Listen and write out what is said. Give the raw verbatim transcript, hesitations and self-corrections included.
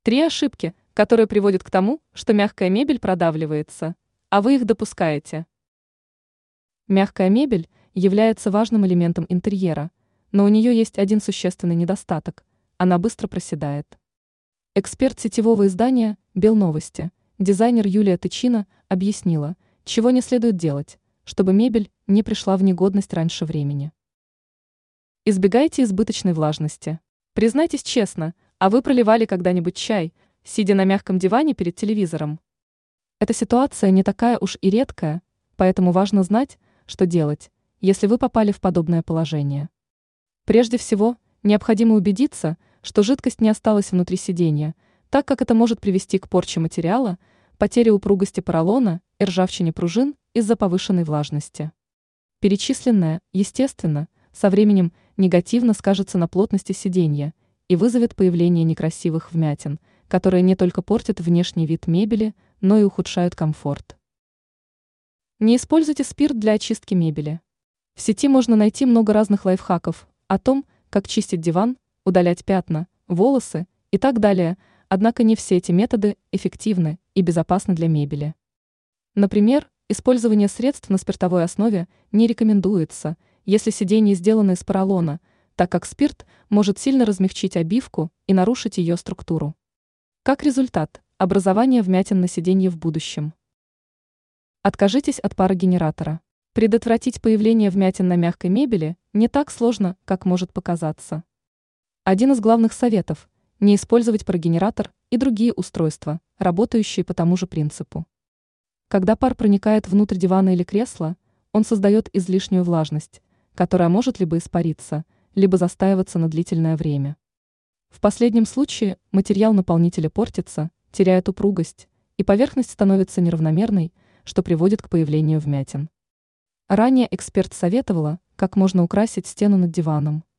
Три ошибки, которые приводят к тому, что мягкая мебель продавливается, а вы их допускаете. Мягкая мебель является важным элементом интерьера, но у нее есть один существенный недостаток – она быстро проседает. Эксперт сетевого издания «Белновости», дизайнер Юлия Тычина, объяснила, чего не следует делать, чтобы мебель не пришла в негодность раньше времени. Избегайте избыточной влажности. Признайтесь честно, а вы проливали когда-нибудь чай, сидя на мягком диване перед телевизором? Эта ситуация не такая уж и редкая, поэтому важно знать, что делать, если вы попали в подобное положение. Прежде всего, необходимо убедиться, что жидкость не осталась внутри сиденья, так как это может привести к порче материала, потере упругости поролона и ржавчине пружин из-за повышенной влажности. Перечисленное, естественно, со временем негативно скажется на плотности сиденья и вызовет появление некрасивых вмятин, которые не только портят внешний вид мебели, но и ухудшают комфорт. Не используйте спирт для очистки мебели. В сети можно найти много разных лайфхаков о том, как чистить диван, удалять пятна, волосы и так далее, однако не все эти методы эффективны и безопасны для мебели. Например, использование средств на спиртовой основе не рекомендуется, если сиденье сделано из поролона, так как спирт может сильно размягчить обивку и нарушить ее структуру. Как результат, образование вмятин на сиденье в будущем. Откажитесь от парогенератора. Предотвратить появление вмятин на мягкой мебели не так сложно, как может показаться. Один из главных советов – не использовать парогенератор и другие устройства, работающие по тому же принципу. Когда пар проникает внутрь дивана или кресла, он создает излишнюю влажность, которая может либо испариться, либо застаиваться на длительное время. В последнем случае материал наполнителя портится, теряет упругость, и поверхность становится неравномерной, что приводит к появлению вмятин. Ранее эксперт советовала, как можно украсить стену над диваном.